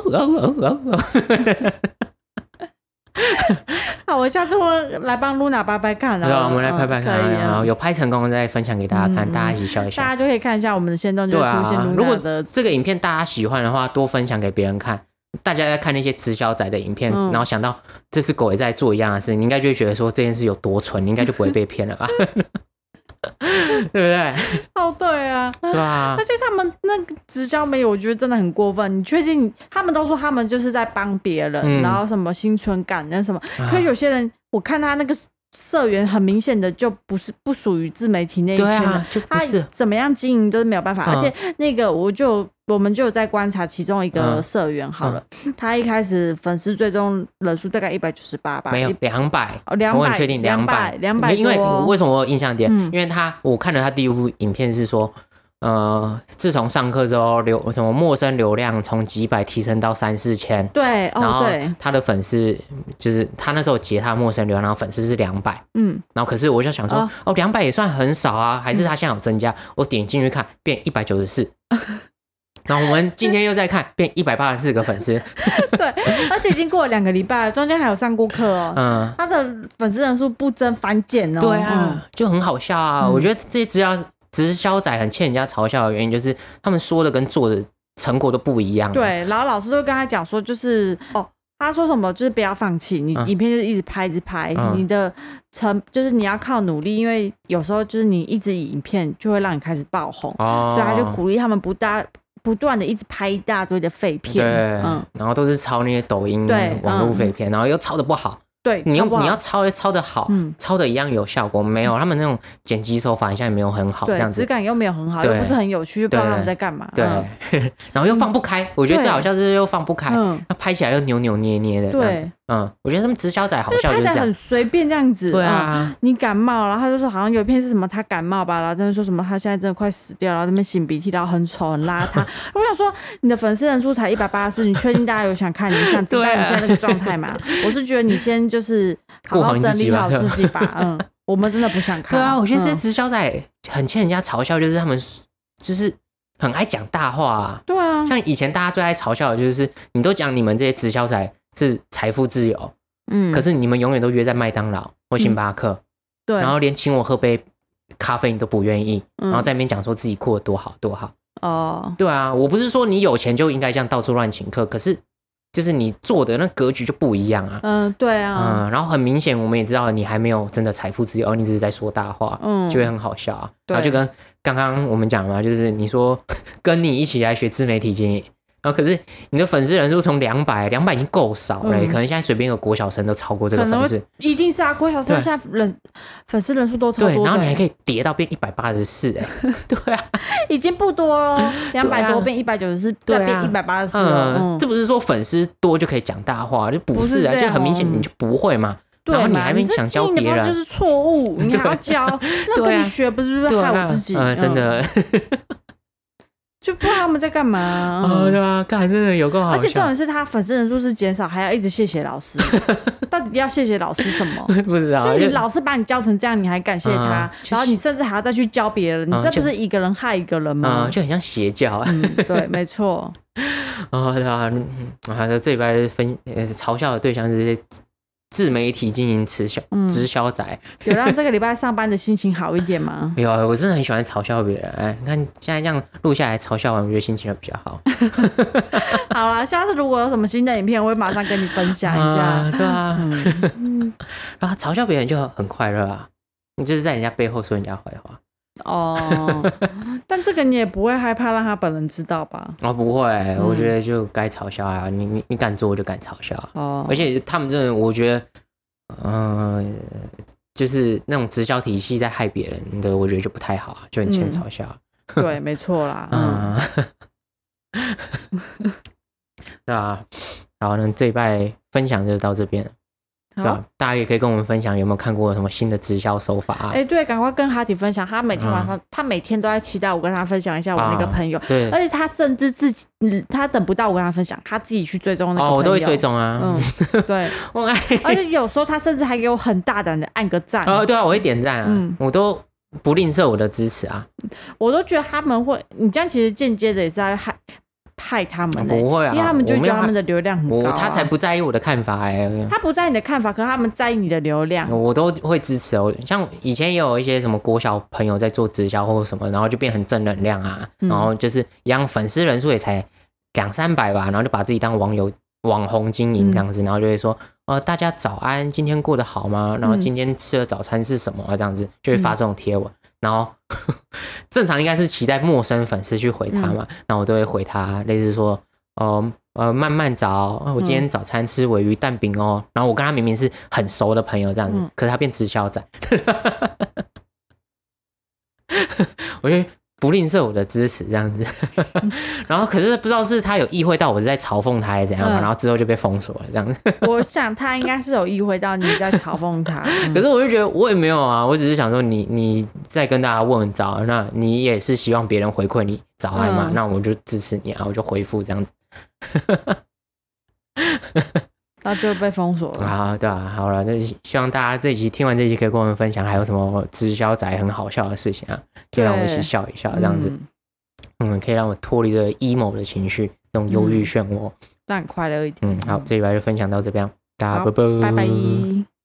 好，我下次会来帮 Luna 拍看。 对啊，我们来拍看，然后有拍成功再分享给大家看，大家一起笑一笑。 大家就可以看一下我们的限动，就会出现 Luna 的。 如果这个影片大家喜欢的话，多分享给别人看。大家在看那些直销仔的影片，然后想到这只狗也在做一样的事，你应该就会觉得说这件事有多蠢，你应该就不会被骗了吧？对不对？ 对啊， 对啊。 而且他们那个直销媒，我觉得真的很过分。你确定他们都说他们就是在帮别人，然后什么心存感恩什么？可有些人，我看他那个社员很明显的就不属于自媒体那一圈的，他怎么样经营都是没有办法。而且那个我们就有在观察其中一个社员好了，他一开始粉丝追踪人数大概198吧， 没有200， 我很确定200，因为为什么我有印象点？因为我看了他第一部影片是说。自从上课之后，什么陌生流量从几百提升到3-4千， 对， 然后他的粉丝就是他那时候截他陌生流量，然后粉丝是200，然后可是我就想说，200也算很少啊，还是他现在有增加？我点进去看，变194。然后我们今天又在看，变184个粉丝。 对，而且已经过了2个礼拜了，中间还有上过课哦。他的粉丝人数不增反减哦。 对啊，就很好笑啊。我觉得这些直销仔很欠人家嘲笑的原因，就是他们说的跟做的成果都不一样。 对，然后老师就跟他讲说，就是他说什么就是不要放弃，你影片就是一直拍，你的就是你要靠努力，因为有时候就是你一直影片就会让你开始爆红，所以他就鼓励他们不断的一直拍一大堆的废片， 然后都是抄那些抖音网络废片，然后又抄的不好。 对， 你要抄的好，抄的一样有效果，没有他们那种剪辑手法，现在没有很好，这样子质感又没有很好，又不是很有趣，又不知道他们在干嘛。 对，然后又放不开，我觉得最好笑是又放不开，拍起来又扭扭捏捏的。对，我觉得他们直销仔好笑就是这样， 拍得很随便这样子。 对啊， 你感冒，然后他就说好像有一片是什么他感冒吧，然后他就说什么他现在真的快死掉了，然后那边擤鼻涕，然后很丑很邋遢。我想说你的粉丝人数才184，你确定大家有想看？你想知道你现在那个状态吗？我是觉得你先就是好好整理好自己吧。我们真的不想看。 对啊，我觉得这直销仔很欠人家嘲笑，就是他们就是很爱讲大话啊。 对啊， 像以前大家最爱嘲笑的就是你都讲你们这些直销仔是财富自由，可是你们永远都约在麦当劳或星巴克，对，然后连请我喝杯咖啡你都不愿意，然后在那边讲说自己过得多好多好。对啊，我不是说你有钱就应该这样到处乱请客，可是就是你做的那格局就不一样啊。 对啊， 然后很明显我们也知道你还没有真的财富自由，你只是在说大话，就会很好笑啊。然后就跟刚刚我们讲嘛，就是你说跟你一起来学自媒体经营， 然后可是你的粉丝人数从200已经够少了，可能现在随便一个国小生都超过这个粉丝， 一定是啊，国小生现在粉丝人数都超多的， 对，然后你还可以跌到变184，对啊， 已经不多了，200多变194，再变184了， 这不是说粉丝多就可以讲大话，就不是啊，就很明显你就不会嘛。然后你还没想教别人， 你这就是错误，你还要教，那跟你学不是害我自己？ 真的。 就不知道他们在干嘛。 对啊，干真的有够好笑。 而且重点是他粉丝人数是减少，还要一直谢谢老师。到底要谢谢老师什么？ 不知道。 就你老师把你教成这样，你还感谢他，然后你甚至还要再去教别人，你这不是一个人害一个人吗？ 就很像邪教。 对，没错。 对啊，这礼拜嘲笑的对象是这些自媒体经营直销仔。有让这个礼拜上班的心情好一点吗？ 有，我真的很喜欢嘲笑别人。你看现在这样录下来嘲笑完，我觉得心情会比较好。 好啦，下次如果有什么新的影片，我会马上跟你分享一下。 对啊，然后嘲笑别人就很快乐啊，你就是在人家背后说人家坏话。 但这个你也不会害怕让他本人知道吧？ 不会，我觉得就该嘲笑啊，你敢做我就敢嘲笑。而且他们真的，我觉得，就是那种直销体系在害别人的，我觉得就不太好，就很欠嘲笑。 对，没错啦。 对啊，好，那这一拜分享就到这边了。对吧？大家也可以跟我们分享有没有看过什么新的直销手法啊？ 对，赶快跟哈迪分享。他每天晚上，他每天都在期待我跟他分享一下我那个朋友。对，而且他甚至自己，他等不到我跟他分享，他自己去追踪那个朋友。 我都会追踪啊。 对，而且有时候他甚至还给我很大胆的按个赞。 对啊，我会点赞啊。我都不吝啬我的支持啊。 我都觉得他们会，你这样其实间接的也是在害他们。 不会啊， 因为他们就觉得他们的流量很高。 他才不在意我的看法。 他不在意你的看法，可是他们在意你的流量。 我都会支持哦。像以前也有一些什么国小朋友在做直销或者什么，然后就变很正能量啊，然后就是一样粉丝人数也才200-300吧，然后就把自己当网红经营这样子，然后就会说大家早安，今天过得好吗？然后今天吃的早餐是什么？这样子就会发这种贴文。然后正常应该是期待陌生粉丝去回他嘛，然后我都会回他，类似说慢慢早，我今天早餐吃鲔鱼蛋饼哦。然后我跟他明明是很熟的朋友这样子，可是他变直销仔。我觉得不吝啬我的支持这样子。然后可是不知道是他有意会到我是在嘲讽他还是怎样，然后之后就被封锁了这样子。 我想他应该是有意会到你在嘲讽他。 可是我就觉得我也没有啊，我只是想说你在跟大家问早，那你也是希望别人回馈你早安嘛，那我就支持你啊，我就回复这样子。 那就被封锁了啊！对啊，好了，那希望大家这一集听完这一集可以跟我们分享，还有什么直销仔很好笑的事情啊，可以让我一起笑一笑，这样子，可以让我脱离这个 emo 的情绪，这种忧郁漩涡， 让你快乐一点。 好，这一集就分享到这边，大家拜拜。